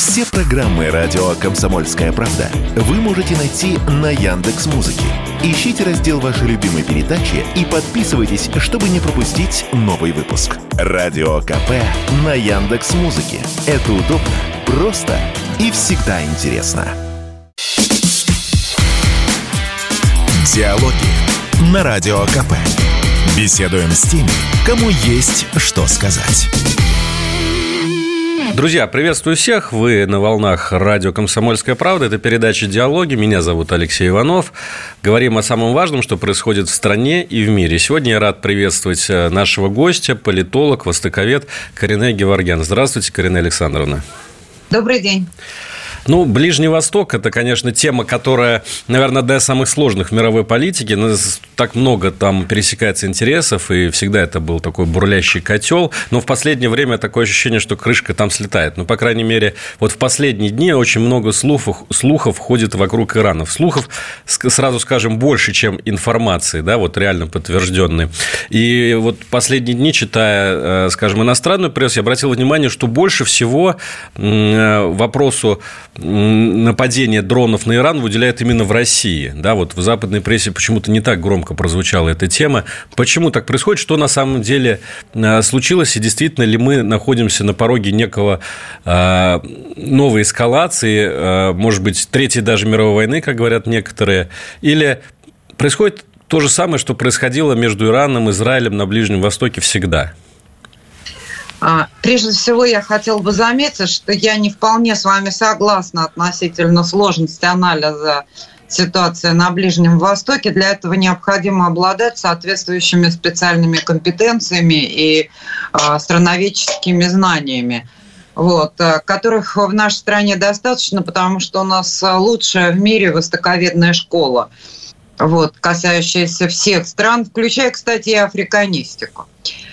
Все программы радио «Комсомольская правда» вы можете найти на Яндекс.Музыке. Ищите раздел вашей любимой передачи и подписывайтесь, чтобы не пропустить новый выпуск. Радио КП на Яндекс.Музыке. Это удобно, просто и всегда интересно. Диалоги на Радио КП. Беседуем с теми, кому есть что сказать. Друзья, приветствую всех. Вы на волнах радио «Комсомольская правда». Это передача «Диалоги». Меня зовут Алексей Иванов. Говорим о самом важном, что происходит в стране и в мире. Сегодня я рад приветствовать нашего гостя, политолог, востоковед Каринэ Геворгян. Здравствуйте, Каринэ Александровна. Добрый день. Ближний Восток – это, конечно, тема, которая, наверное, одна из самых сложных в мировой политике. Так много там пересекается интересов, и всегда это был такой бурлящий котел. Но в последнее время такое ощущение, что крышка там слетает. По крайней мере, вот в последние дни очень много слухов ходит вокруг Ирана. Слухов, сразу скажем, больше, чем информации, да, вот реально подтвержденные. И вот последние дни, читая, скажем, иностранную прессу, я обратил внимание, что больше всего вопросу нападение дронов на Иран выделяют именно в России. Да, вот в западной прессе почему-то не так громко прозвучала эта тема. Почему так происходит? Что на самом деле случилось? И действительно ли мы находимся на пороге некого новой эскалации, может быть, третьей даже мировой войны, как говорят некоторые? Или происходит то же самое, что происходило между Ираном и Израилем на Ближнем Востоке всегда? Прежде всего, я хотела бы заметить, что я не вполне с вами согласна относительно сложности анализа ситуации на Ближнем Востоке. Для этого необходимо обладать соответствующими специальными компетенциями и страноведческими знаниями, которых в нашей стране достаточно, потому что у нас лучшая в мире востоковедная школа, касающаяся всех стран, включая, кстати, и африканистику.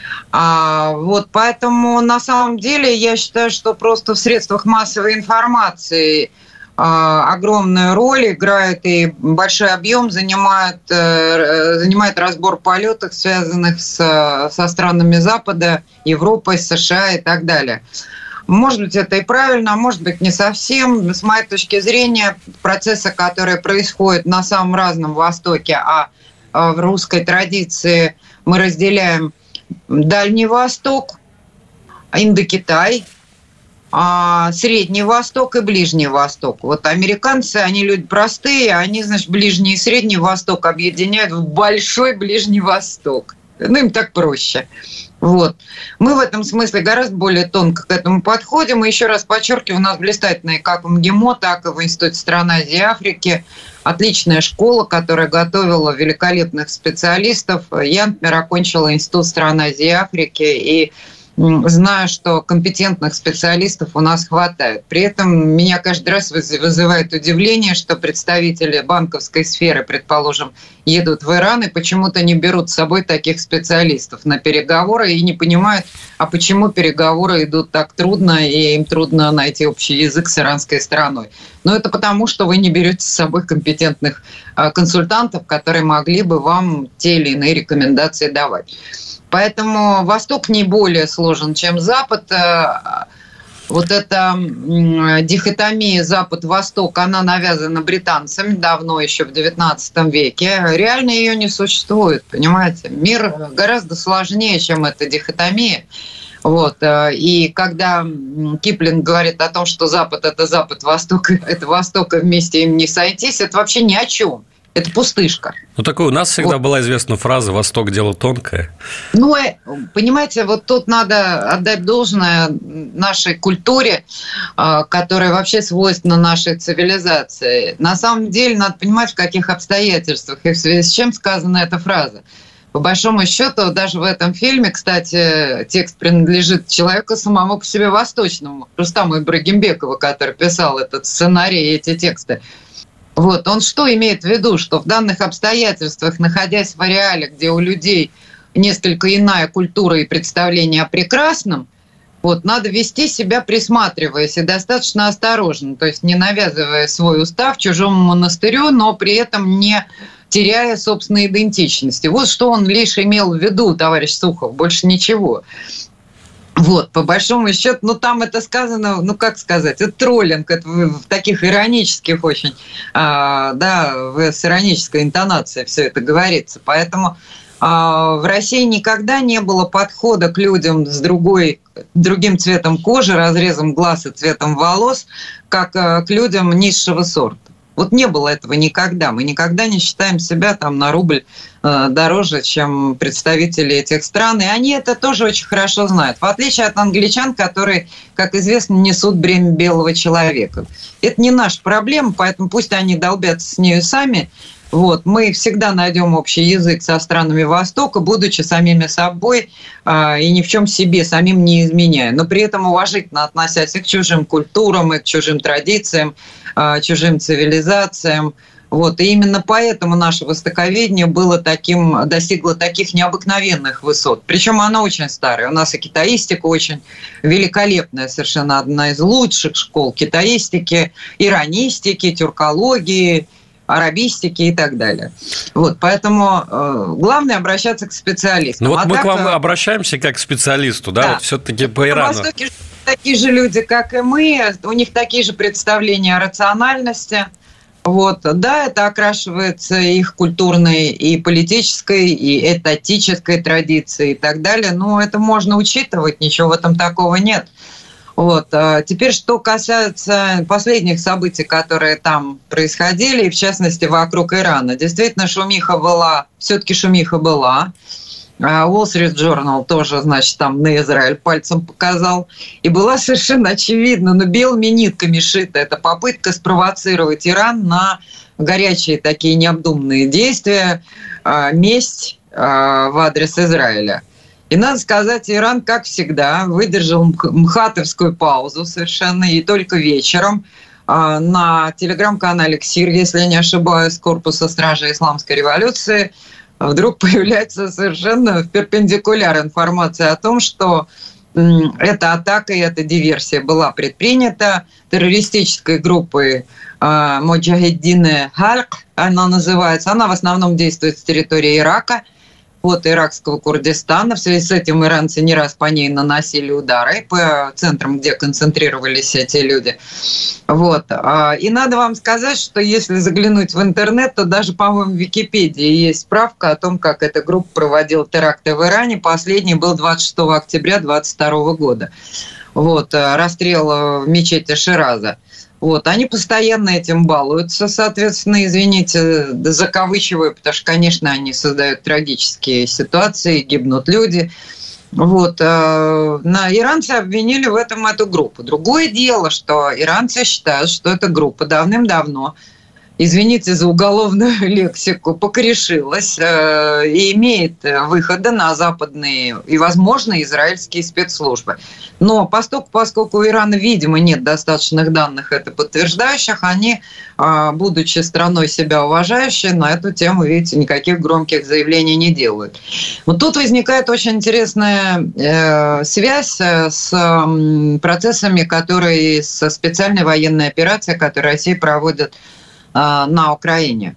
Поэтому на самом деле я считаю, что просто в средствах массовой информации огромную роль играет и большой объем занимает разбор полетов, связанных со странами Запада, Европой, США и так далее. Может быть, это и правильно, а может быть, не совсем. С моей точки зрения, процессы, которые происходят на самом разном Востоке, а в русской традиции мы разделяем Дальний Восток, Индокитай, Средний Восток и Ближний Восток. Американцы, они люди простые, они, Ближний и Средний Восток объединяют в большой Ближний Восток. Им так проще. Мы в этом смысле гораздо более тонко к этому подходим. И еще раз подчеркиваю, у нас блистательные как в МГИМО, так и в Институте стран Азии и Африки отличная школа, которая готовила великолепных специалистов. Я, например, окончила Институт стран Азии и Африки и знаю, что компетентных специалистов у нас хватает. При этом меня каждый раз вызывает удивление, что представители банковской сферы, предположим, едут в Иран и почему-то не берут с собой таких специалистов на переговоры и не понимают, а почему переговоры идут так трудно и им трудно найти общий язык с иранской стороной. Это потому, что вы не берете с собой компетентных консультантов, которые могли бы вам те или иные рекомендации давать. Поэтому Восток не более сложен, чем Запад. Эта дихотомия Запад-Восток, она навязана британцами давно, еще в XIX веке. Реально ее не существует, понимаете? Мир гораздо сложнее, чем эта дихотомия. И когда Киплинг говорит о том, что Запад – это Запад, Восток – это Восток, и вместе им не сойтись, это вообще ни о чем. Это пустышка. Такой у нас всегда была известна фраза «Восток – дело тонкое». Понимаете, тут надо отдать должное нашей культуре, которая вообще свойственна нашей цивилизации. На самом деле, надо понимать, в каких обстоятельствах и в связи с чем сказана эта фраза. По большому счету, даже в этом фильме, кстати, текст принадлежит человеку самому по себе восточному, Рустаму Ибрагимбекову, который писал этот сценарий и эти тексты. Он что имеет в виду? Что в данных обстоятельствах, находясь в ареале, где у людей несколько иная культура и представление о прекрасном, надо вести себя, присматриваясь, и достаточно осторожно, то есть не навязывая свой устав чужому монастырю, но при этом не теряя собственной идентичности. Что он лишь имел в виду, товарищ Сухов, больше ничего. Вот, по большому счету, ну, там это сказано, ну, как сказать, это троллинг, это в таких иронических очень, с иронической интонацией все это говорится. Поэтому в России никогда не было подхода к людям с другим цветом кожи, разрезом глаз и цветом волос, как к людям низшего сорта. Вот не было этого никогда. Мы никогда не считаем себя там на рубль дороже, чем представители этих стран. И они это тоже очень хорошо знают. В отличие от англичан, которые, как известно, несут бремя белого человека. Это не наша проблема, поэтому пусть они долбятся с нею сами. Вот. Мы всегда найдем общий язык со странами Востока, будучи самими собой и ни в чем себе самим не изменяя. Но при этом уважительно относясь и к чужим культурам, и к чужим традициям, чужим цивилизациям. Вот. И именно поэтому наше востоковедение достигло таких необыкновенных высот. Причем оно очень старое. У нас и китаистика очень великолепная, совершенно одна из лучших школ китаистики, иранистики, тюркологии, арабистики и так далее. Вот, поэтому главное обращаться к специалистам. Ну вот мы к вам обращаемся как к специалисту, да? Вот все-таки по Ирану. На Востоке такие же люди, как и мы, у них такие же представления о рациональности. Вот, да, это окрашивается их культурной и политической, и этатической традицией и так далее. Но это можно учитывать, ничего в этом такого нет. Вот. Теперь, что касается последних событий, которые там происходили, и в частности вокруг Ирана. Действительно, шумиха была. Wall Street Journal тоже, значит, там на Израиль пальцем показал. И была совершенно очевидна, но белыми нитками шита эта попытка спровоцировать Иран на горячие такие необдуманные действия, месть в адрес Израиля. И надо сказать, Иран, как всегда, выдержал мхатовскую паузу совершенно, и только вечером на телеграм-канале КСИР, если я не ошибаюсь, Корпуса стражей Исламской революции, вдруг появляется совершенно перпендикуляр информация о том, что эта атака и эта диверсия была предпринята террористической группой Моджахеддин Хальк, она называется. Она в основном действует с территории Ирака, вот иракского Курдистана. В связи с этим иранцы не раз по ней наносили удары, по центрам, где концентрировались эти люди. Вот. И надо вам сказать, что если заглянуть в интернет, то даже, по-моему, в Википедии есть справка о том, как эта группа проводила теракты в Иране. Последний был 26 октября 2022 года. Вот. Расстрел в мечети Шираза. Вот, они постоянно этим балуются, соответственно, извините, закавычиваю, потому что, конечно, они создают трагические ситуации, гибнут люди. Вот, иранцы обвинили в этом эту группу. Другое дело, что иранцы считают, что эта группа давным-давно, извините за уголовную лексику, покорешилась и имеет выходы на западные и, возможно, израильские спецслужбы. Но поскольку у Ирана, видимо, нет достаточных данных это подтверждающих, они, будучи страной себя уважающей, на эту тему, видите, никаких громких заявлений не делают. Вот тут возникает очень интересная связь с процессами, со специальной военной операцией, которую Россия проводит на Украине.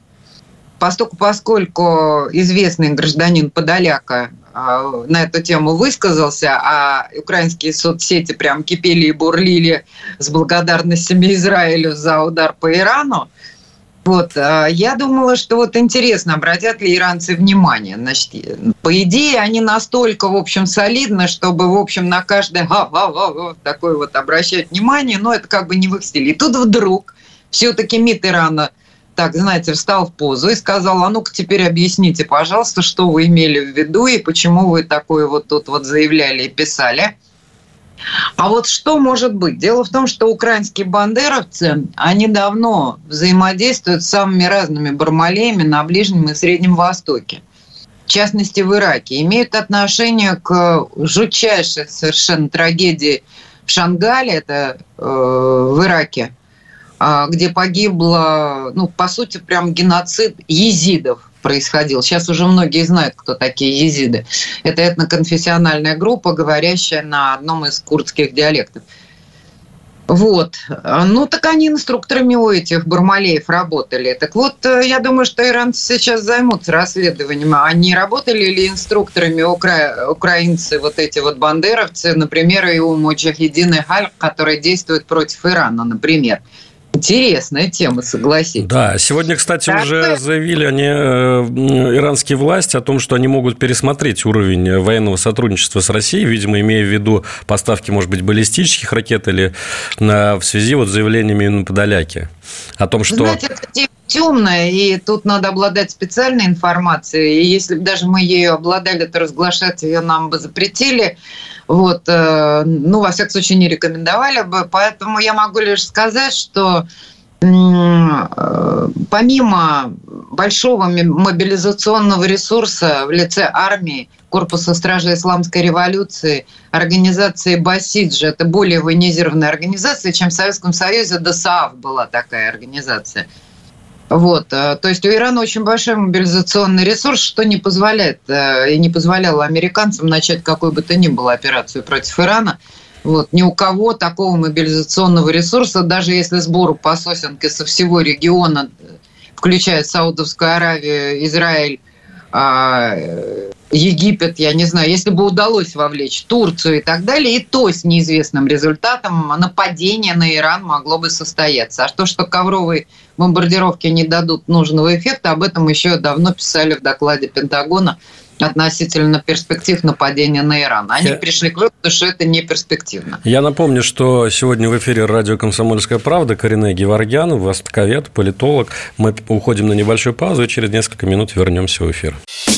Поскольку известный гражданин Подоляка на эту тему высказался, а украинские соцсети прям кипели и бурлили с благодарностями Израилю за удар по Ирану, вот, я думала, что вот интересно, обратят ли иранцы внимание. Значит, по идее, они настолько, в общем, солидны, чтобы, в общем, на каждое такое вот обращать внимание, но это как бы не в их стиле. И тут вдруг все-таки МИД Ирана, так, знаете, встал в позу и сказал: а ну-ка теперь объясните, пожалуйста, что вы имели в виду и почему вы такое вот тут вот заявляли и писали. А вот что может быть? Дело в том, что украинские бандеровцы, они давно взаимодействуют с самыми разными бармалеями на Ближнем и Среднем Востоке. В частности, в Ираке. Имеют отношение к жутчайшей совершенно трагедии в Шангале, это в Ираке, где погибло, по сути, прям геноцид езидов происходил. Сейчас уже многие знают, кто такие езиды. Это этноконфессиональная группа, говорящая на одном из курдских диалектов. Вот. Ну, так они инструкторами у этих Бармалеев работали. Так вот, я думаю, что иранцы сейчас займутся расследованием. Они работали ли инструкторами украинцы, вот эти вот бандеровцы, например, и у Муджахидина Халь, которые действуют против Ирана, например. Интересная тема, согласитесь. Да, сегодня, кстати, уже заявили иранские власти о том, что они могут пересмотреть уровень военного сотрудничества с Россией, видимо, имея в виду поставки, может быть, баллистических ракет или в связи вот с заявлениями на Подоляке о том, что... Знаете, это тема темная, и тут надо обладать специальной информацией, и если бы даже мы ею обладали, то разглашать ее нам бы запретили. Вот, ну, во всяком случае, не рекомендовали бы. Поэтому я могу лишь сказать, что помимо большого мобилизационного ресурса в лице армии, Корпуса стражей Исламской революции, организации Басиджи, это более военизированная организация, чем в Советском Союзе ДОСААФ была такая организация. Вот, то есть у Ирана очень большой мобилизационный ресурс, что не позволяет и не позволяло американцам начать какую бы то ни было операцию против Ирана. Вот, ни у кого такого мобилизационного ресурса, даже если сбору по сосенке со всего региона, включая Саудовскую Аравию, Израиль, Египет, я не знаю, если бы удалось вовлечь Турцию и так далее, и то с неизвестным результатом нападение на Иран могло бы состояться. А то, что ковровые бомбардировки не дадут нужного эффекта, об этом еще давно писали в докладе Пентагона относительно перспектив нападения на Иран. Они пришли к выводу, что это не перспективно. Я напомню, что сегодня в эфире радио «Комсомольская правда» Каринэ Геворгян, востоковед, политолог. Мы уходим на небольшую паузу и через несколько минут вернемся в эфир.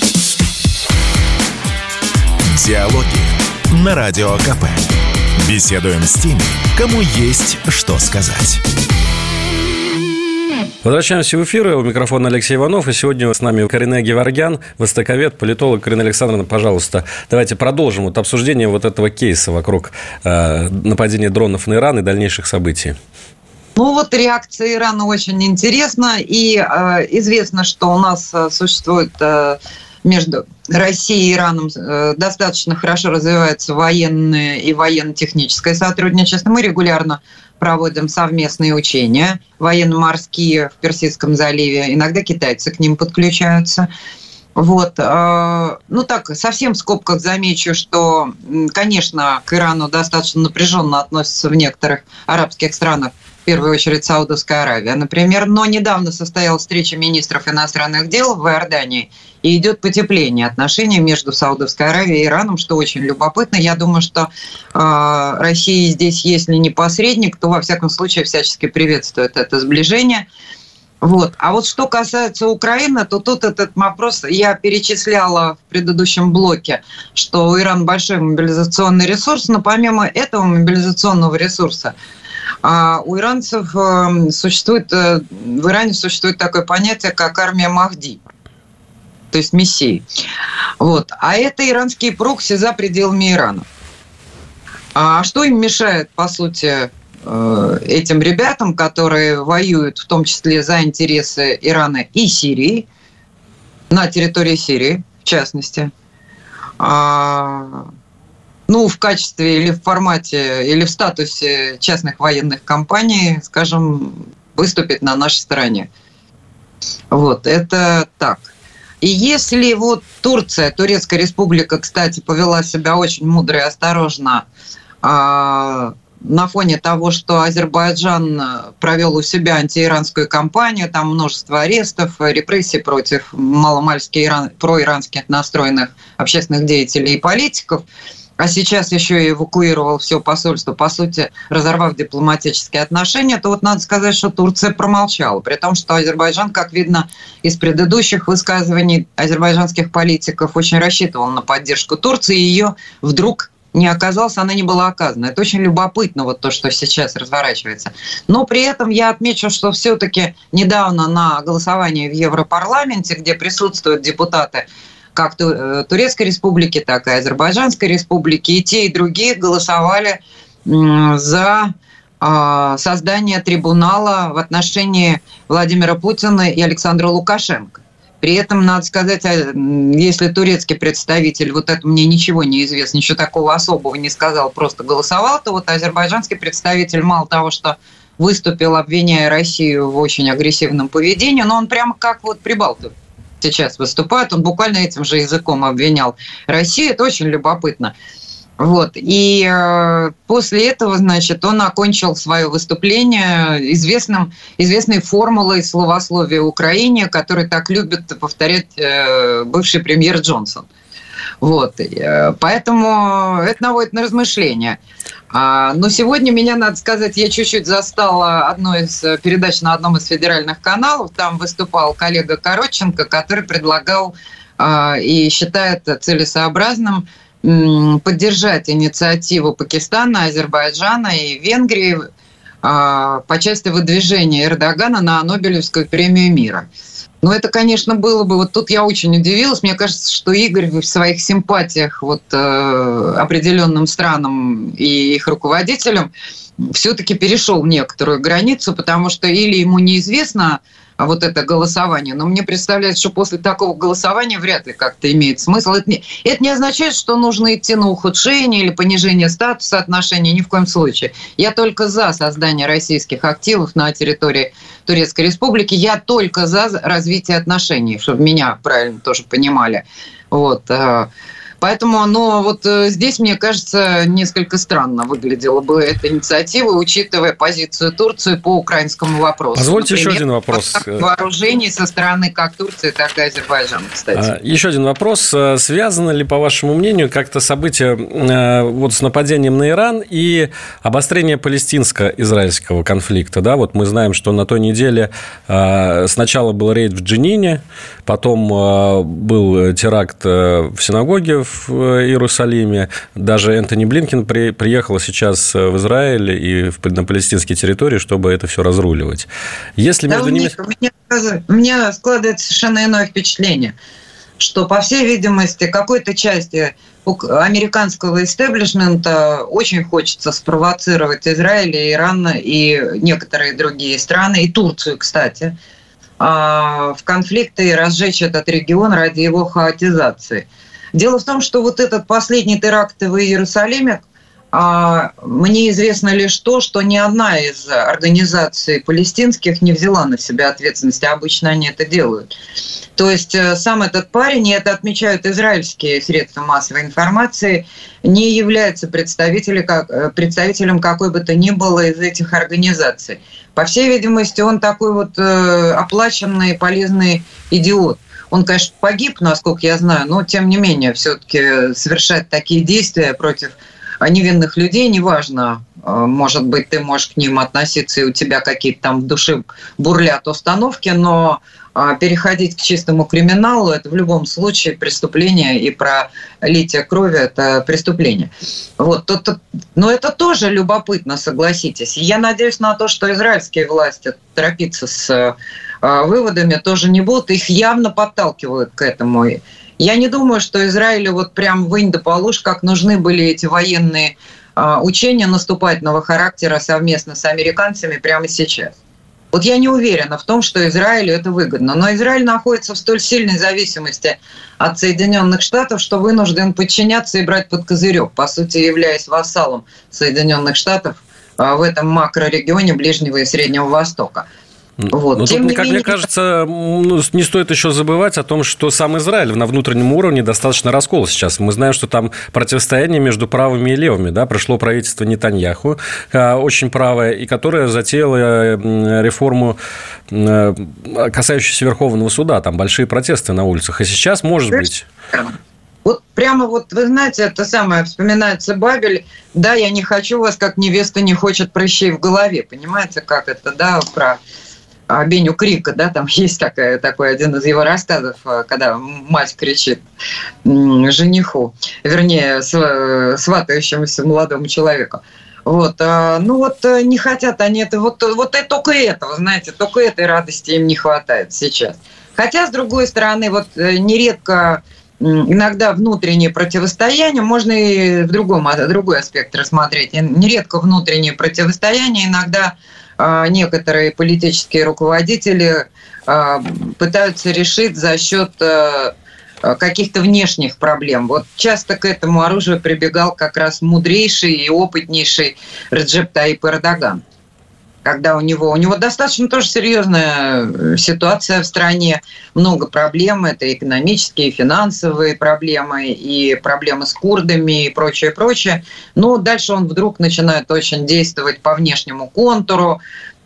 Диалоги на Радио КП. Беседуем с теми, кому есть что сказать. Возвращаемся в эфир. У микрофона Алексей Иванов. И сегодня с нами Каринэ Геворгян, востоковед, политолог. Каринэ Александровна, пожалуйста, давайте продолжим вот обсуждение вот этого кейса вокруг нападения дронов на Иран и дальнейших событий. Ну вот реакция Ирана очень интересна. И известно, что у нас существует... между Россией и Ираном достаточно хорошо развивается военное и военно-техническое сотрудничество. Мы регулярно проводим совместные учения военно-морские в Персидском заливе. Иногда китайцы к ним подключаются. Вот. Ну так, совсем в скобках замечу, что, конечно, к Ирану достаточно напряженно относятся в некоторых арабских странах, в первую очередь Саудовская Аравия, например. Но недавно состоялась встреча министров иностранных дел в Иордании, и идет потепление отношений между Саудовской Аравией и Ираном, что очень любопытно. Я думаю, что Россия здесь, если не посредник, то, во всяком случае, всячески приветствует это сближение. Вот. А вот что касается Украины, то тут этот вопрос я перечисляла в предыдущем блоке, что у Ирана большой мобилизационный ресурс, но помимо этого мобилизационного ресурса у иранцев в Иране существует такое понятие, как армия Махди, то есть мессии. Вот. А это иранские прокси за пределами Ирана. А что им мешает, по сути, этим ребятам, которые воюют в том числе за интересы Ирана и Сирии, на территории Сирии, в частности, ну, в качестве или в формате, или в статусе частных военных компаний, скажем, выступить на нашей стороне. Вот, это так. И если вот Турция, Турецкая республика, кстати, повела себя очень мудро и осторожно на фоне того, что Азербайджан провел у себя антииранскую кампанию, там множество арестов, репрессий против маломальски проиранских настроенных общественных деятелей и политиков, а сейчас еще и эвакуировал все посольство, по сути, разорвав дипломатические отношения, то вот надо сказать, что Турция промолчала. При том, что Азербайджан, как видно из предыдущих высказываний азербайджанских политиков, очень рассчитывал на поддержку Турции, и ее вдруг не оказалось, она не была оказана. Это очень любопытно, вот то, что сейчас разворачивается. Но при этом я отмечу, что все-таки недавно на голосовании в Европарламенте, где присутствуют депутаты как Турецкой республики, так и Азербайджанской республики, и те, и другие голосовали за создание трибунала в отношении Владимира Путина и Александра Лукашенко. При этом, надо сказать, если турецкий представитель, вот это мне ничего не известно, ничего такого особого не сказал, просто голосовал, то вот азербайджанский представитель мало того, что выступил, обвиняя Россию в очень агрессивном поведении, но он прямо как вот прибалты сейчас выступает, он буквально этим же языком обвинял Россию, это очень любопытно. Вот. И после этого, значит, он окончил свое выступление известной формулой словословия в Украине, которую так любит повторять бывший премьер Джонсон. Вот. Поэтому это наводит на размышления. Но сегодня меня, надо сказать, я чуть-чуть застала одну из передач на одном из федеральных каналов. Там выступал коллега Коротченко, который предлагал и считает целесообразным поддержать инициативу Пакистана, Азербайджана и Венгрии по части выдвижения Эрдогана на Нобелевскую премию мира. Но это, конечно, было бы... Вот тут я очень удивилась. Мне кажется, что Игорь в своих симпатиях вот, определенным странам и их руководителям все-таки перешел некоторую границу, потому что или ему неизвестно вот это голосование, но мне представляется, что после такого голосования вряд ли как-то имеет смысл. Это не означает, что нужно идти на ухудшение или понижение статуса отношений, ни в коем случае. Я только за создание российских активов на территории Турецкой Республики, я только за развитие отношений, чтобы меня правильно тоже понимали. Вот. Поэтому, вот здесь, мне кажется, несколько странно выглядела бы эта инициатива, учитывая позицию Турции по украинскому вопросу. Позвольте еще один вопрос. Вооружений со стороны как Турции, так и Азербайджана, кстати. Еще один вопрос. Связано ли, по вашему мнению, как-то события вот с нападением на Иран и обострение палестинско-израильского конфликта? Да? Вот мы знаем, что на той неделе сначала был рейд в Дженине, потом был теракт в синагоге в Иерусалиме. Даже Энтони Блинкен приехал сейчас в Израиль и на палестинские территории, чтобы это все разруливать. Если между ними... У меня складывается совершенно иное впечатление, что, по всей видимости, какой-то части американского истеблишмента очень хочется спровоцировать Израиль, и Иран, и некоторые другие страны, и Турцию, кстати, в конфликты и разжечь этот регион ради его хаотизации. Дело в том, что вот этот последний теракт в Иерусалиме, мне известно лишь то, что ни одна из организаций палестинских не взяла на себя ответственность, а обычно они это делают. То есть сам этот парень, и это отмечают израильские средства массовой информации, не является представителем какой бы то ни было из этих организаций. По всей видимости, он такой вот оплаченный, полезный идиот. Он, конечно, погиб, насколько я знаю, но, тем не менее, все-таки совершать такие действия против невинных людей, неважно, может быть, ты можешь к ним относиться, и у тебя какие-то там в душе бурлят установки, но переходить к чистому криминалу – это в любом случае преступление, и пролитие крови – это преступление. Вот, но это тоже любопытно, согласитесь. Я надеюсь на то, что израильские власти торопиться с выводами тоже не будут, их явно подталкивают к этому. Я не думаю, что Израилю вот прям вынь да положь, как нужны были эти военные учения наступательного характера совместно с американцами прямо сейчас. Вот я не уверена в том, что Израилю это выгодно, но Израиль находится в столь сильной зависимости от Соединенных Штатов, что вынужден подчиняться и брать под козырек, по сути, являясь вассалом Соединенных Штатов в этом макрорегионе Ближнего и Среднего Востока. Вот. Но тут, мне кажется, не стоит еще забывать о том, что сам Израиль на внутреннем уровне достаточно раскол сейчас. Мы знаем, что там противостояние между правыми и левыми. Да? Пришло правительство Нетаньяху, очень правое, и которое затеяло реформу, касающуюся Верховного суда. Там большие протесты на улицах. И сейчас, может быть... Вот прямо вот, вы знаете, это самое, вспоминается Бабель. Да, я не хочу вас, как невеста не хочет прыщей в голове. Понимаете, как это, да, про... Беню Крика, да, там есть такой один из его рассказов, когда мать кричит жениху, вернее, сватающемуся молодому человеку. Вот, не хотят они это, вот только этого, знаете, только этой радости им не хватает сейчас. Хотя, с другой стороны, вот нередко иногда внутреннее противостояние, можно и другой аспект рассмотреть, нередко внутреннее противостояние иногда некоторые политические руководители пытаются решить за счет каких-то внешних проблем. Вот часто к этому оружию прибегал как раз мудрейший и опытнейший Реджеп Таyyip Эрдоган. Когда у него достаточно тоже серьезная ситуация в стране, много проблем, это экономические, финансовые проблемы, и проблемы с курдами, и прочее, прочее. Но дальше он вдруг начинает очень действовать по внешнему контуру,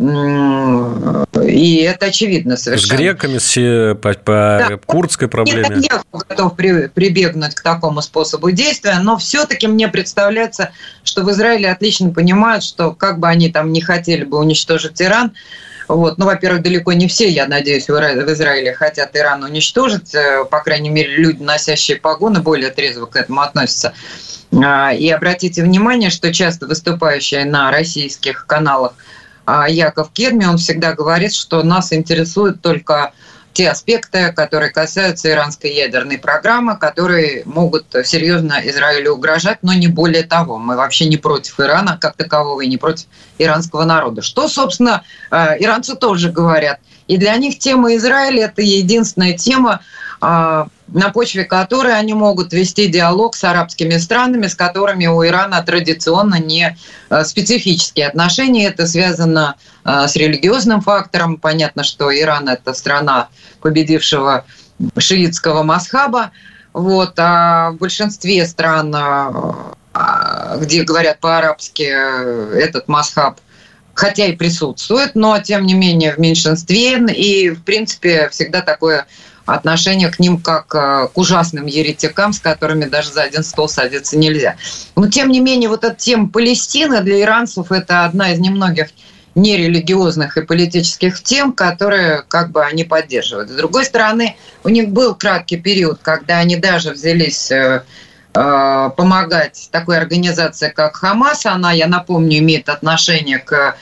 и это очевидно совершенно. С греками, по курдской проблеме. Я готов прибегнуть к такому способу действия, но все-таки мне представляется, что в Израиле отлично понимают, что как бы они там не хотели бы уничтожить Иран, во-первых, далеко не все, я надеюсь, в Израиле хотят Иран уничтожить, по крайней мере, люди, носящие погоны, более трезво к этому относятся. И обратите внимание, что часто выступающие на российских каналах Яков Керми, он всегда говорит, что нас интересуют только те аспекты, которые касаются иранской ядерной программы, которые могут серьезно Израилю угрожать, но не более того. Мы вообще не против Ирана как такового и не против иранского народа. Что, собственно, иранцы тоже говорят. И для них тема Израиля – это единственная тема, на почве которой они могут вести диалог с арабскими странами, с которыми у Ирана традиционно не специфические отношения. Это связано с религиозным фактором. Понятно, что Иран – это страна победившего шиитского мазхаба. А в большинстве стран, где говорят по-арабски, этот мазхаб хотя и присутствует, но тем не менее в меньшинстве. И, в принципе, всегда такое отношение к ним как к ужасным еретикам, с которыми даже за один стол садиться нельзя. Но, тем не менее, эта тема Палестины для иранцев – это одна из немногих нерелигиозных и политических тем, которые они поддерживают. С другой стороны, у них был краткий период, когда они даже взялись помогать такой организации, как Хамас. Она, я напомню, имеет отношение к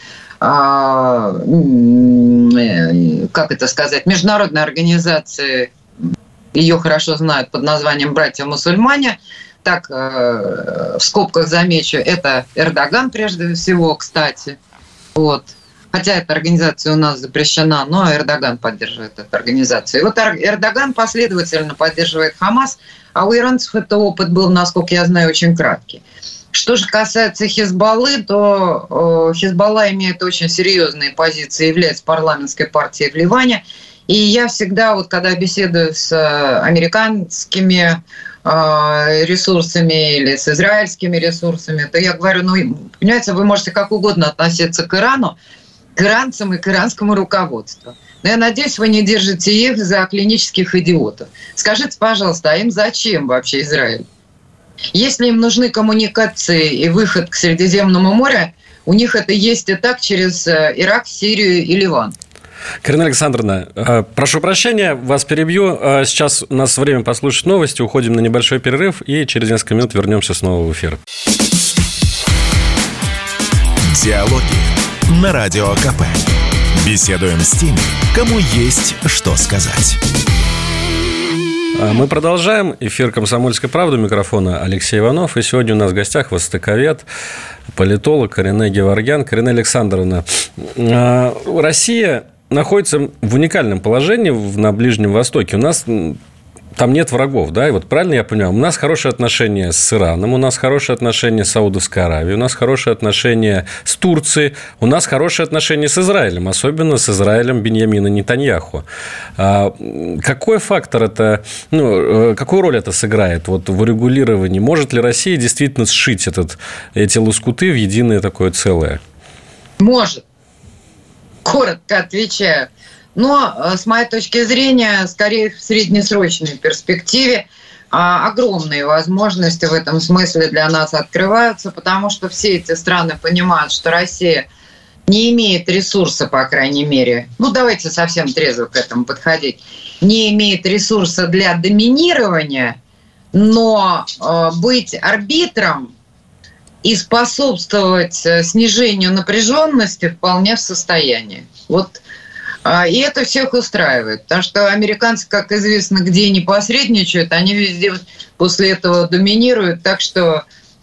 международной организации, ее хорошо знают под названием «Братья-мусульмане». Так, в скобках замечу, это Эрдоган прежде всего, кстати. Хотя эта организация у нас запрещена, но Эрдоган поддерживает эту организацию. И Эрдоган последовательно поддерживает Хамас, а у иранцев этот опыт был, насколько я знаю, очень краткий. Что же касается Хизбаллы, то Хизбалла имеет очень серьезные позиции, является парламентской партией в Ливане. И я всегда, когда беседую с американскими ресурсами или с израильскими ресурсами, то я говорю, понимаете, вы можете как угодно относиться к Ирану, к иранцам и к иранскому руководству. Но я надеюсь, вы не держите их за клинических идиотов. Скажите, пожалуйста, а им зачем вообще Израиль? Если им нужны коммуникации и выход к Средиземному морю, у них это есть и так через Ирак, Сирию и Ливан. Карина Александровна, прошу прощения, вас перебью. Сейчас у нас время послушать новости, уходим на небольшой перерыв и через несколько минут вернемся снова в эфир. Диалоги на Радио КП. Беседуем с теми, кому есть что сказать. Мы продолжаем. Эфир «Комсомольской правды», у микрофона Алексей Иванов. И сегодня у нас в гостях востоковед, политолог Карина Геворгян. Карина Александровна, Россия находится в уникальном положении на Ближнем Востоке. У нас там нет врагов, да? И правильно я понимаю, у нас хорошие отношения с Ираном, у нас хорошие отношения с Саудовской Аравией, у нас хорошие отношения с Турцией, у нас хорошие отношения с Израилем, особенно с Израилем Биньямина Нетаньяху. Какой фактор это, какую роль это сыграет в урегулировании? Может ли Россия действительно сшить эти лоскуты в единое такое целое? Может. Коротко отвечаю. Но, с моей точки зрения, скорее в среднесрочной перспективе огромные возможности в этом смысле для нас открываются, потому что все эти страны понимают, что Россия не имеет ресурса, по крайней мере, давайте совсем трезво к этому подходить, не имеет ресурса для доминирования, но быть арбитром и способствовать снижению напряженности вполне в состоянии. И это всех устраивает, потому что американцы, как известно, где не посредничают, они везде после этого доминируют, так что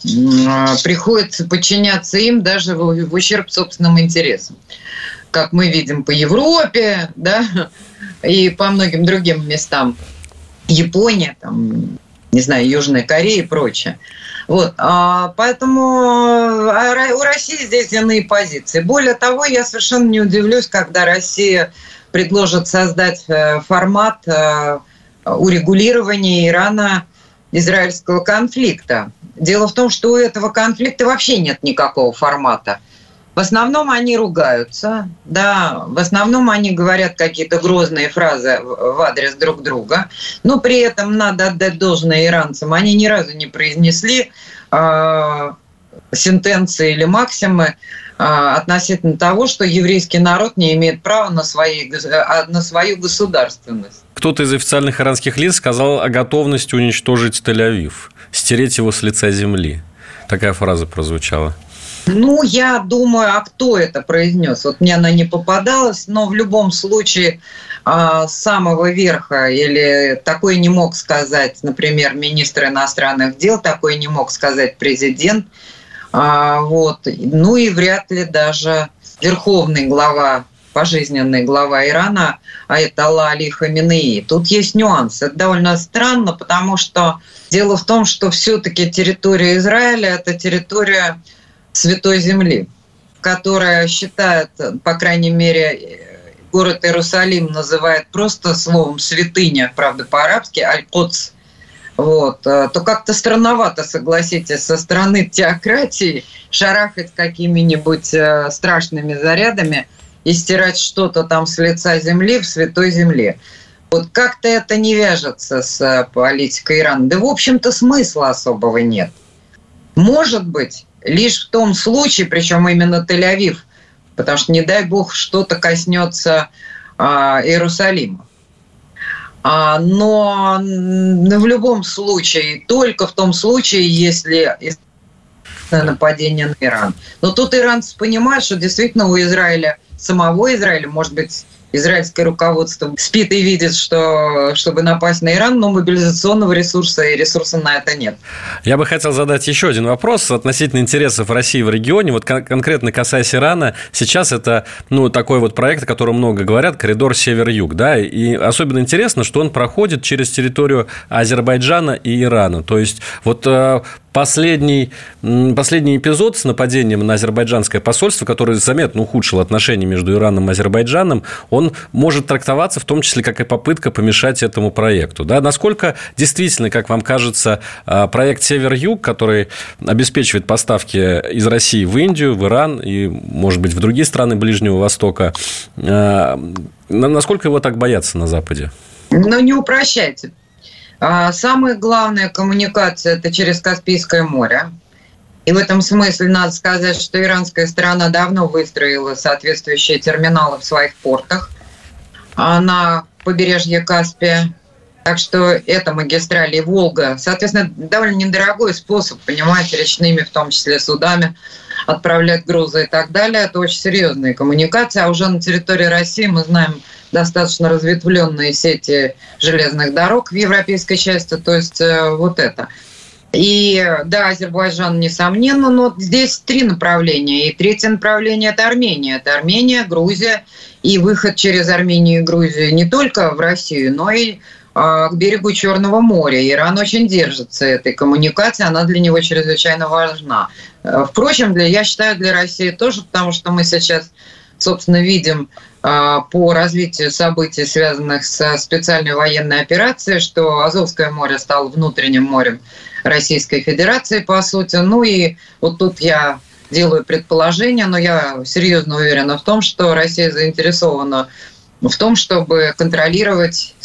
приходится подчиняться им даже в ущерб собственным интересам. Как мы видим по Европе, да, и по многим другим местам. Япония, там, не знаю, Южная Корея и прочее. Вот, поэтому у России здесь иные позиции. Более того, я совершенно не удивлюсь, когда Россия предложит создать формат урегулирования Ирано-израильского конфликта. Дело в том, что у этого конфликта вообще нет никакого формата. В основном они ругаются, да, в основном они говорят какие-то грозные фразы в адрес друг друга, но при этом надо отдать должное иранцам. Они ни разу не произнесли сентенции или максимы относительно того, что еврейский народ не имеет права на свою государственность. Кто-то из официальных иранских лиц сказал о готовности уничтожить Тель-Авив, стереть его с лица земли. Такая фраза прозвучала. Ну, я думаю, а кто это произнес? Вот мне она не попадалась, но в любом случае с самого верха или такой не мог сказать, например, министр иностранных дел, такой не мог сказать президент, вот. Ну и вряд ли даже верховный глава, пожизненный глава Ирана, аятолла Али Хаминеи. Тут есть нюанс. Это довольно странно, потому что дело в том, что все-таки территория Израиля – это территория Святой Земли, которая считает, по крайней мере, город Иерусалим называет просто словом «святыня», правда, по-арабски, «Аль-Кодс». Вот. То как-то странновато, согласитесь, со стороны теократии шарахать какими-нибудь страшными зарядами и стирать что-то там с лица земли в Святой Земле. Вот как-то это не вяжется с политикой Ирана. Да, в общем-то, смысла особого нет. Может быть, лишь в том случае, причем именно Тель-Авив, потому что, не дай бог, что-то коснется Иерусалима. Но в любом случае, только в том случае, если нападение на Иран. Но тут иранцы понимают, что действительно у Израиля, самого Израиля, может быть, израильское руководство спит и видит, что чтобы напасть на Иран, но мобилизационного ресурса и ресурса на это нет. Я бы хотел задать еще один вопрос относительно интересов России в регионе. Вот конкретно касаясь Ирана, сейчас это такой вот проект, о котором много говорят, коридор север-юг, да, и особенно интересно, что он проходит через территорию Азербайджана и Ирана. То есть вот последний эпизод с нападением на азербайджанское посольство, который заметно ухудшил отношения между Ираном и Азербайджаном, он может трактоваться в том числе как и попытка помешать этому проекту. Да? Насколько действительно, как вам кажется, проект «Север-Юг», который обеспечивает поставки из России в Индию, в Иран и, может быть, в другие страны Ближнего Востока, насколько его так боятся на Западе? Не упрощайте. Самая главная коммуникация – это через Каспийское море. И в этом смысле надо сказать, что иранская сторона давно выстроила соответствующие терминалы в своих портах на побережье Каспия. Так что это магистрали Волга. Соответственно, довольно недорогой способ, понимаете, речными, в том числе судами, отправлять грузы и так далее. Это очень серьезные коммуникации. А уже на территории России мы знаем достаточно разветвленные сети железных дорог в европейской части. То есть вот это. И да, Азербайджан, несомненно, но здесь три направления. И третье направление – это Армения. Это Армения, Грузия и выход через Армению и Грузию не только в Россию, но и к берегу Черного моря. Иран очень держится этой коммуникации, она для него чрезвычайно важна. Впрочем, я считаю, для России тоже, потому что мы сейчас, собственно, видим по развитию событий, связанных со специальной военной операцией, что Азовское море стало внутренним морем Российской Федерации, по сути. Ну и вот тут я делаю предположение, но я серьезно уверена в том, что Россия заинтересована в том, чтобы контролировать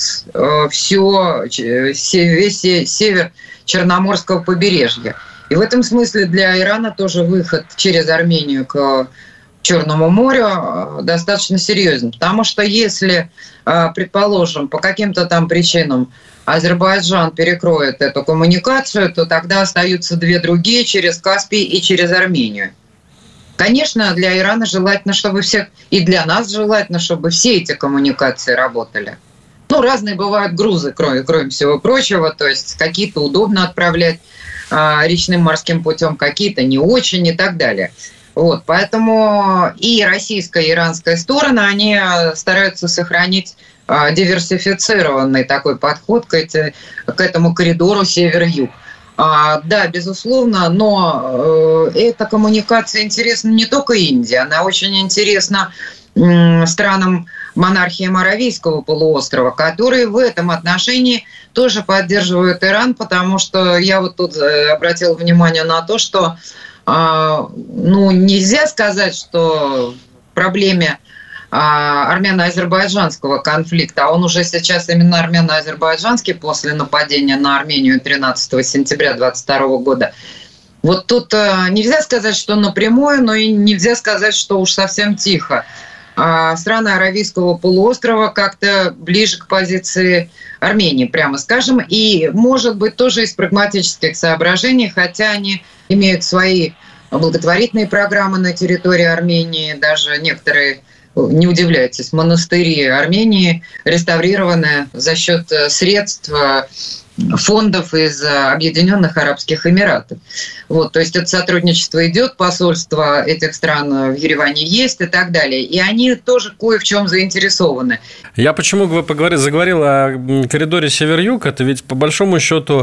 весь север Черноморского побережья. И в этом смысле для Ирана тоже выход через Армению к Черному морю достаточно серьезен. Потому что если, предположим, по каким-то там причинам Азербайджан перекроет эту коммуникацию, то тогда остаются две другие через Каспий и через Армению. Конечно, для Ирана желательно, чтобы всех, и для нас желательно, чтобы все эти коммуникации работали. Разные бывают грузы, кроме всего прочего, то есть какие-то удобно отправлять речным морским путем, какие-то не очень и так далее. Вот, поэтому и российская, и иранская стороны, они стараются сохранить диверсифицированный такой подход к этому коридору север-юг. Да, безусловно, но эта коммуникация интересна не только Индии, она очень интересна странам монархии Моравийского полуострова, которые в этом отношении тоже поддерживают Иран, потому что я вот тут обратила внимание на то, что нельзя сказать, что в проблеме армяно-азербайджанского конфликта, а он уже сейчас именно армяно-азербайджанский после нападения на Армению 13 сентября 2022 года. Вот тут нельзя сказать, что напрямую, но и нельзя сказать, что уж совсем тихо. Страны Аравийского полуострова как-то ближе к позиции Армении, прямо скажем, и, может быть, тоже из прагматических соображений, хотя они имеют свои благотворительные программы на территории Армении, даже некоторые, не удивляйтесь, монастыри Армении реставрированы за счет средств фондов из Объединенных Арабских Эмиратов. Вот, то есть это сотрудничество идет, посольства этих стран в Ереване есть и так далее. И они тоже кое в чем заинтересованы. Я почему заговорил о коридоре север-юг? Это ведь по большому счету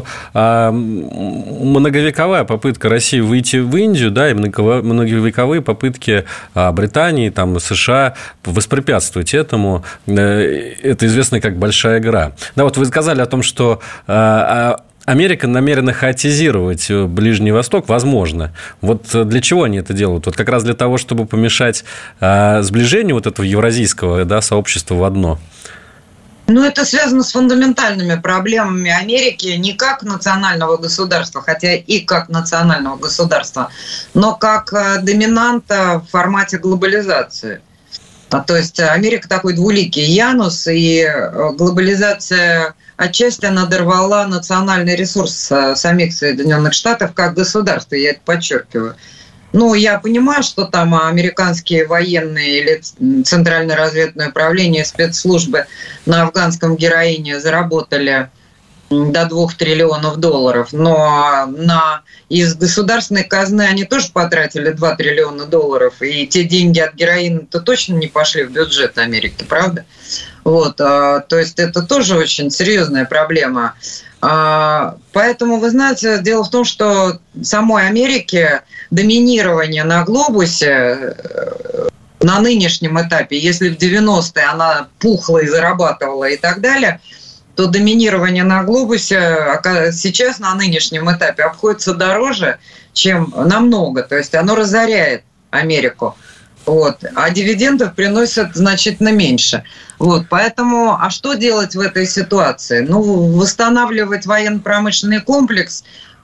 многовековая попытка России выйти в Индию, да, и многовековые попытки Британии, там, США воспрепятствовать этому. Это известно как большая игра. Да, вот вы сказали о том, что Америка намерена хаотизировать Ближний Восток, возможно. Вот для чего они это делают? Вот как раз для того, чтобы помешать сближению вот этого евразийского, да, сообщества в одно. Это связано с фундаментальными проблемами Америки не как национального государства, хотя и как национального государства, но как доминанта в формате глобализации. То есть Америка такой двуликий Янус, и глобализация отчасти надорвала национальный ресурс самих Соединенных Штатов как государства, я это подчеркиваю. Я понимаю, что там американские военные или Центральное разведывательное управление, спецслужбы на афганском героине заработали до $2 триллионов, но из государственной казны они тоже потратили $2 триллиона, и те деньги от героина-то точно не пошли в бюджет Америки, правда? Вот, то есть это тоже очень серьезная проблема. Поэтому, вы знаете, дело в том, что самой Америке доминирование на глобусе на нынешнем этапе, если в 90-е она пухла и зарабатывала и так далее, то доминирование на глобусе сейчас на нынешнем этапе обходится дороже, чем намного. То есть оно разоряет Америку. Вот. А дивидендов приносят значительно меньше. Вот. Поэтому, что делать в этой ситуации? Восстанавливать военно-промышленный комплекс,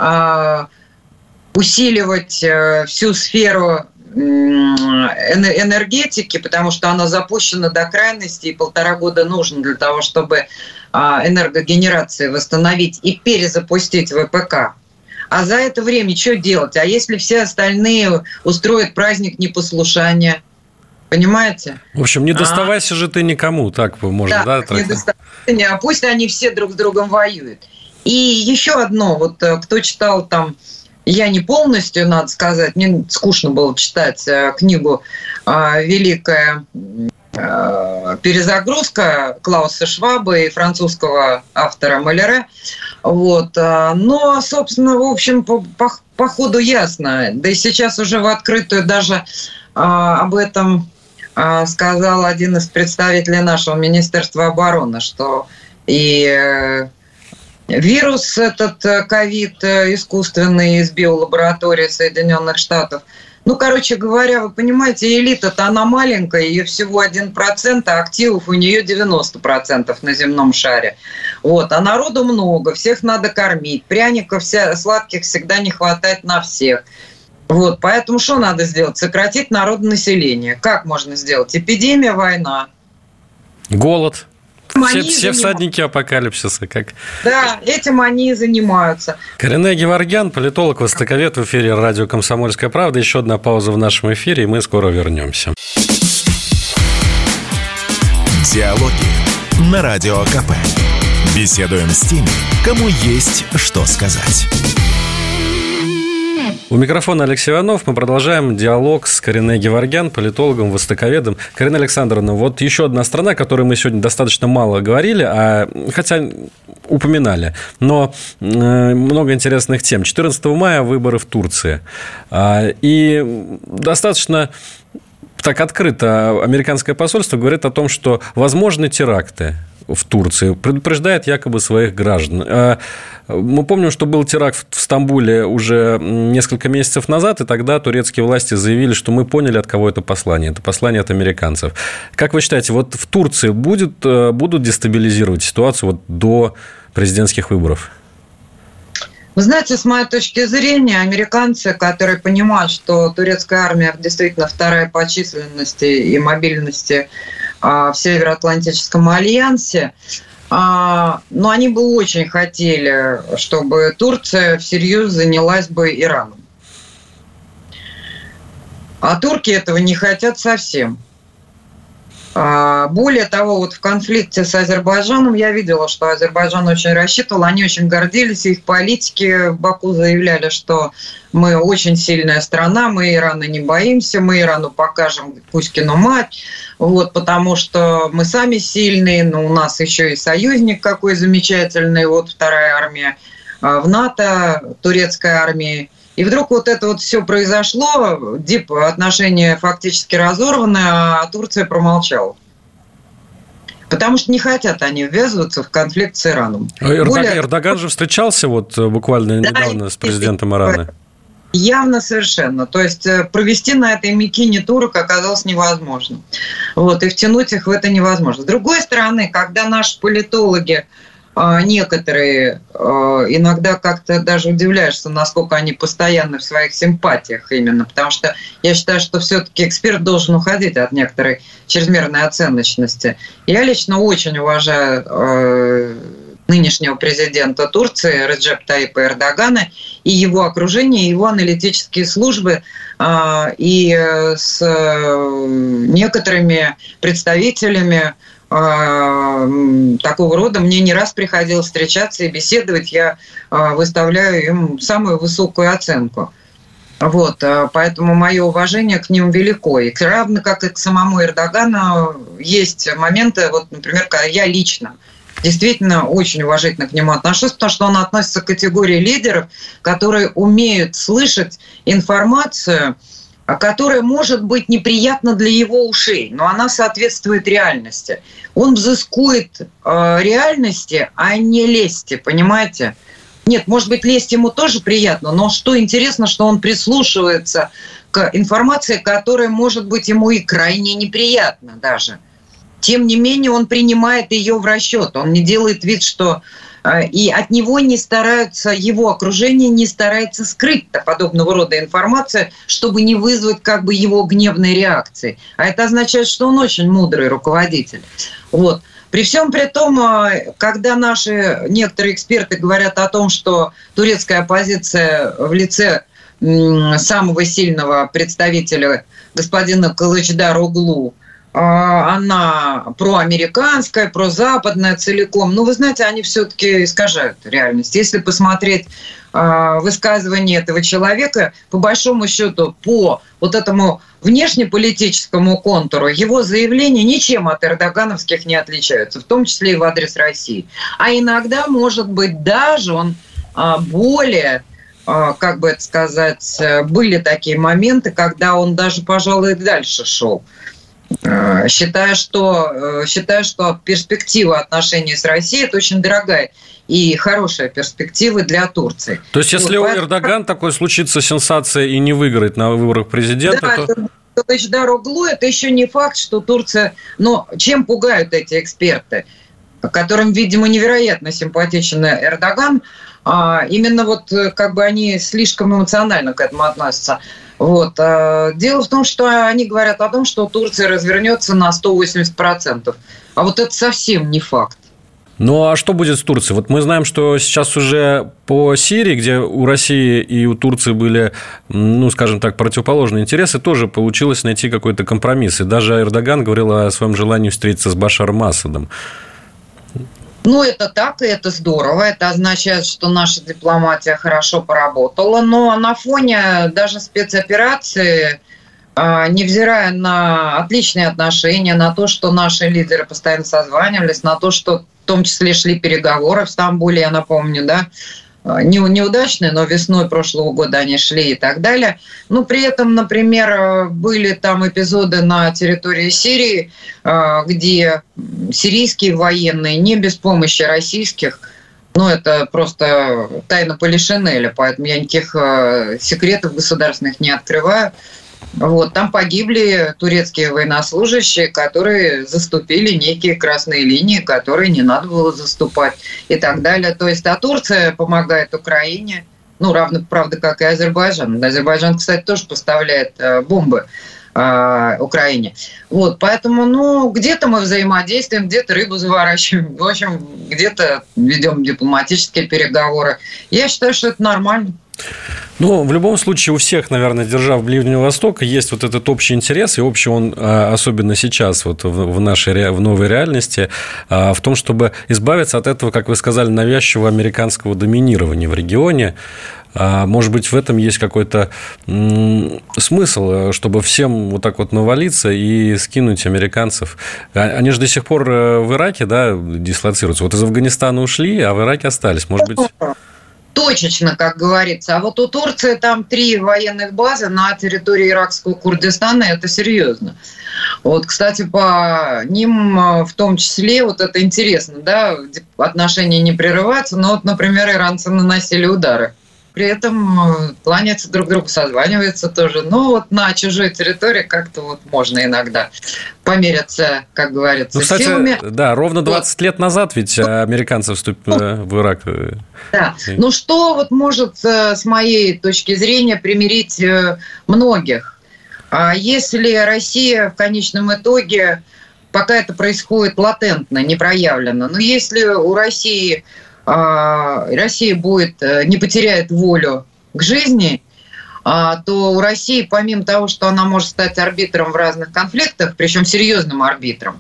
усиливать всю сферу энергетики, потому что она запущена до крайности, и 1,5 года нужно для того, чтобы энергогенерации восстановить и перезапустить ВПК. А за это время что делать? А если все остальные устроят праздник непослушания? Понимаете? В общем, не доставайся же ты никому, так можно, да? Не доставайся, а пусть они все друг с другом воюют. И еще одно, вот кто читал там, я не полностью, надо сказать, мне скучно было читать книгу «Великая перезагрузка» Клауса Шваба и французского автора Маляре. Вот. Но, собственно, в общем, по ходу ясно. Да и сейчас уже в открытую даже об этом сказал один из представителей нашего Министерства обороны, что и вирус этот ковид искусственный из биолаборатории Соединенных Штатов. Короче говоря, вы понимаете, элита-то она маленькая, ее всего 1%, а активов у нее 90% на земном шаре. Вот. А народу много, всех надо кормить, пряников сладких всегда не хватает на всех. Вот. Поэтому что надо сделать? Сократить народонаселение. Как можно сделать? Эпидемия, война. Голод. Все всадники апокалипсиса. Как? Да, этим они и занимаются. Каринэ Геворгян, политолог, востоковед, в эфире радио «Комсомольская правда». Еще одна пауза в нашем эфире, и мы скоро вернемся. Диалоги на Радио КП. Беседуем с теми, кому есть что сказать. У микрофона Алексей Иванов. Мы продолжаем диалог с Каринэ Геворгян, политологом, востоковедом. Каринэ Александровна, вот еще одна страна, о которой мы сегодня достаточно мало говорили, хотя упоминали, но много интересных тем. 14 мая выборы в Турции. И достаточно так открыто американское посольство говорит о том, что возможны теракты в Турции, предупреждает якобы своих граждан. Мы помним, что был теракт в Стамбуле уже несколько месяцев назад, и тогда турецкие власти заявили, что мы поняли, от кого это послание. Это послание от американцев. Как вы считаете, вот в Турции будут дестабилизировать ситуацию вот до президентских выборов? Вы знаете, с моей точки зрения, американцы, которые понимают, что турецкая армия действительно вторая по численности и мобильности в Североатлантическом альянсе, но они бы очень хотели, чтобы Турция всерьез занялась бы Ираном. А турки этого не хотят совсем. Более того, вот в конфликте с Азербайджаном я видела, что Азербайджан очень рассчитывал, они очень гордились, их политики в Баку заявляли, что мы очень сильная страна, мы Ирана не боимся, мы Ирану покажем Кузькину мать, вот, потому что мы сами сильные, но у нас еще и союзник какой замечательный, вот вторая армия в НАТО, турецкая армия. И вдруг вот это вот все произошло, отношения фактически разорваны, а Турция промолчала. Потому что не хотят они ввязываться в конфликт с Ираном. Эрдоган же встречался вот буквально недавно с президентом Ирана. Явно совершенно. То есть провести на этой мякине турок оказалось невозможно. Вот, и втянуть их в это невозможно. С другой стороны, когда наши политологи некоторые иногда как-то даже удивляешься, насколько они постоянны в своих симпатиях именно, потому что я считаю, что все-таки эксперт должен уходить от некоторой чрезмерной оценочности. Я лично очень уважаю нынешнего президента Турции Реджеп Таипа Эрдогана и его окружение, и его аналитические службы, и с некоторыми представителями такого рода мне не раз приходилось встречаться и беседовать. Я выставляю им самую высокую оценку. Вот, поэтому мое уважение к ним велико. И равно как и к самому Эрдогану есть моменты, вот, например, когда я лично действительно очень уважительно к нему отношусь, потому что он относится к категории лидеров, которые умеют слышать информацию, которая может быть неприятна для его ушей, но она соответствует реальности. Он взыскует реальности, а не лести, понимаете? Нет, может быть, лесть ему тоже приятно, но что интересно, что он прислушивается к информации, которая может быть ему и крайне неприятна даже. Тем не менее, он принимает ее в расчет. Он не делает вид, что... И от него не стараются, его окружение не старается скрыть подобного рода информацию, чтобы не вызвать как бы его гневной реакции. А это означает, что он очень мудрый руководитель. Вот. При всем при том, когда наши некоторые эксперты говорят о том, что турецкая оппозиция в лице самого сильного представителя господина Кылычдароглу, она проамериканская, прозападная целиком. Но вы знаете, они все-таки искажают реальность. Если посмотреть высказывание этого человека, по большому счету, по вот этому внешнеполитическому контуру, его заявления ничем от эрдогановских не отличаются, в том числе и в адрес России. А иногда, может быть, даже он более... как бы это сказать, были такие моменты, когда он даже, пожалуй, дальше шел. Считая, что перспектива отношений с Россией – это очень дорогая и хорошая перспектива для Турции. То есть, если у Эрдогана такое случится сенсация и не выиграет на выборах президента, то... Кылычдароглу – это еще не факт, что Турция... Но чем пугают эти эксперты, которым, видимо, невероятно симпатичен Эрдоган, именно вот как бы они слишком эмоционально к этому относятся. Вот. Дело в том, что они говорят о том, что Турция развернется на 180%. А вот это совсем не факт. Ну, а что будет с Турцией? Вот мы знаем, что сейчас уже по Сирии, где у России и у Турции были, ну, скажем так, противоположные интересы, тоже получилось найти какой-то компромисс. И даже Эрдоган говорил о своем желании встретиться с Башаром Асадом. Ну, это так, и это здорово. Это означает, что наша дипломатия хорошо поработала. Но на фоне даже спецоперации, невзирая на отличные отношения, на то, что наши лидеры постоянно созванивались, на то, что в том числе шли переговоры в Стамбуле, я напомню, да, неудачные, но весной прошлого года они шли и так далее. Но при этом, например, были там эпизоды на территории Сирии, где сирийские военные не без помощи российских, ну, это просто тайна Полишинеля, поэтому я никаких секретов государственных не открываю. Вот, там погибли турецкие военнослужащие, которые заступили некие красные линии, которые не надо было заступать и так далее. То есть, Турция помогает Украине, ну, равно, правда, как и Азербайджан. Азербайджан, кстати, тоже поставляет бомбы Украине. Вот, поэтому, ну, где-то мы взаимодействуем, где-то рыбу заворачиваем, в общем, где-то ведем дипломатические переговоры. Я считаю, что это нормально. Ну, в любом случае, у всех, наверное, держав Ближнего Востока есть вот этот общий интерес, и общий он, особенно сейчас, вот в нашей в новой реальности, в том, чтобы избавиться от этого, как вы сказали, навязчивого американского доминирования в регионе. Может быть, в этом есть какой-то смысл, чтобы всем вот так вот навалиться и скинуть американцев. Они же до сих пор в Ираке, да, дислоцируются. Вот из Афганистана ушли, а в Ираке остались. Может быть... Точечно, как говорится. А вот у Турции там 3 военных базы на территории иракского Курдистана, это серьезно. Вот, кстати, по ним в том числе, вот это интересно, да, отношения не прерываются, но вот, например, иранцы наносили удары. При этом кланяются друг другу, созваниваются тоже. Но вот на чужой территории как-то вот можно иногда померяться, как говорится, ну, кстати, силами. Да, ровно 20 лет назад ведь американцы вступили в Ирак. Да. Ну что вот может с моей точки зрения примирить многих? Если Россия в конечном итоге, пока это происходит латентно, не проявлено, но если у Россия будет, не потеряет волю к жизни, то у России, помимо того, что она может стать арбитром в разных конфликтах, причем серьезным арбитром,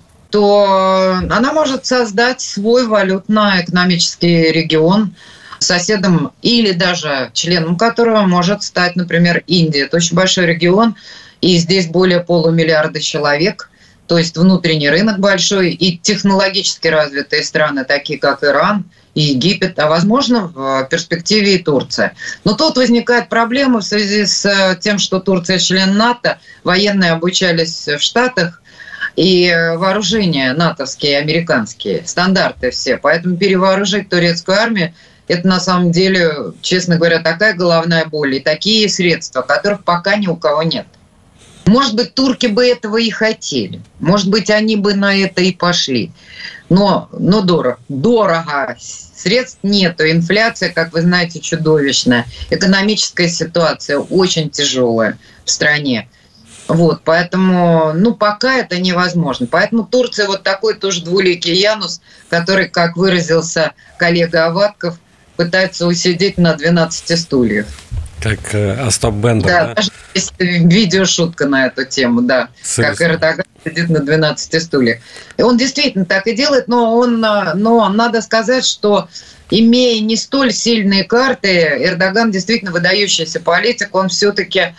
то она может создать свой валютно-экономический регион, соседом или даже членом которого может стать, например, Индия. Это очень большой регион, и здесь более 500 миллиарда человек, то есть внутренний рынок большой, и технологически развитые страны, такие как Иран и Египет, а возможно в перспективе и Турция. Но тут возникает проблема в связи с тем, что Турция член НАТО, военные обучались в Штатах, и вооружения натовские, американские, стандарты все. Поэтому перевооружить турецкую армию – это на самом деле, честно говоря, такая головная боль и такие средства, которых пока ни у кого нет. Может быть, турки бы этого и хотели. Может быть, они бы на это и пошли. Но дорого. Средств нету. Инфляция, как вы знаете, чудовищная. Экономическая ситуация очень тяжелая в стране. Вот, поэтому, пока это невозможно. Поэтому Турция вот такой тоже двуликий Янус, который, как выразился коллега Аватков, пытается усидеть на 12 стульях. Как Остап Бендер, да? Даже есть видеошутка на эту тему, да. Как Эрдоган сидит на 12 стульях. И он действительно так и делает, но надо сказать, что имея не столь сильные карты, Эрдоган действительно выдающийся политик, он все-таки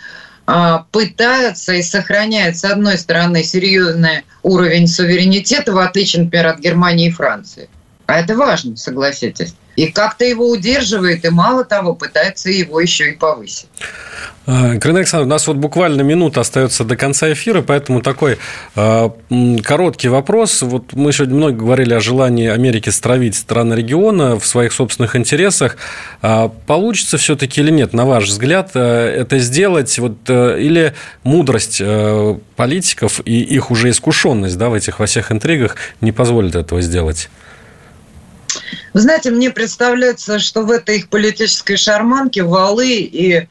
пытается и сохраняет, с одной стороны, серьезный уровень суверенитета, в отличие, например, от Германии и Франции. А это важно, согласитесь. И как-то его удерживает, и мало того, пытается его еще и повысить. Карина Александровна, у нас вот буквально минута остается до конца эфира, поэтому такой короткий вопрос. Вот мы сегодня много говорили о желании Америки стравить страны региона в своих собственных интересах. Получится все-таки или нет, на ваш взгляд, это сделать? Или мудрость политиков и их уже искушенность, да, во всех интригах не позволит этого сделать? Вы знаете, мне представляется, что в этой их политической шарманке валы и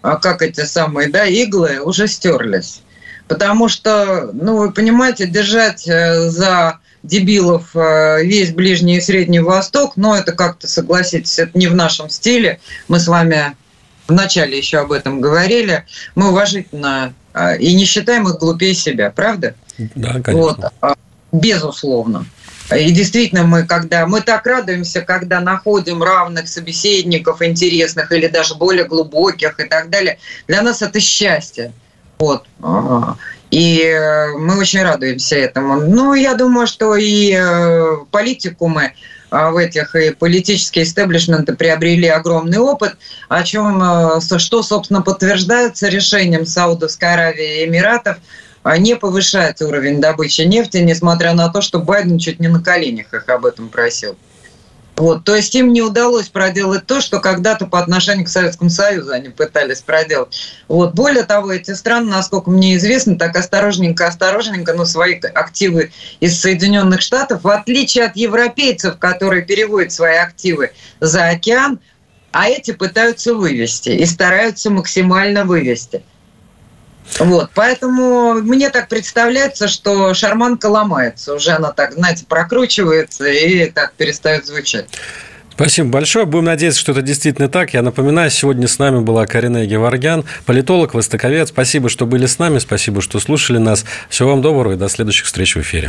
иглы уже стерлись. Потому что, вы понимаете, держать за дебилов весь Ближний и Средний Восток, это как-то, согласитесь, это не в нашем стиле. Мы с вами вначале еще об этом говорили. Мы уважительно и не считаем их глупее себя, правда? Да, конечно. безусловно. И действительно, мы так радуемся, когда находим равных собеседников, интересных или даже более глубоких и так далее. Для нас это счастье. Вот. И мы очень радуемся этому. Ну, я думаю, что и политикумы в этих, и политические истеблишменты приобрели огромный опыт, что, собственно, подтверждается решением Саудовской Аравии и Эмиратов не повышать уровень добычи нефти, несмотря на то, что Байден чуть не на коленях их об этом просил. Вот. То есть им не удалось проделать то, что когда-то по отношению к Советскому Союзу они пытались проделать. Вот. Более того, эти страны, насколько мне известно, так осторожненько, но свои активы из Соединенных Штатов, в отличие от европейцев, которые переводят свои активы за океан, а эти пытаются вывести и стараются максимально вывести. Вот, поэтому мне так представляется, что шарманка ломается. Уже она так, знаете, прокручивается и так перестает звучать. Спасибо большое. Будем надеяться, что это действительно так. Я напоминаю, сегодня с нами была Каринэ Геворгян, политолог, востоковед. Спасибо, что были с нами, спасибо, что слушали нас. Всего вам доброго и до следующих встреч в эфире.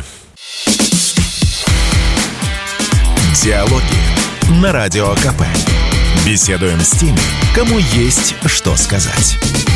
Диалоги на Радио КП. Беседуем с теми, кому есть что сказать.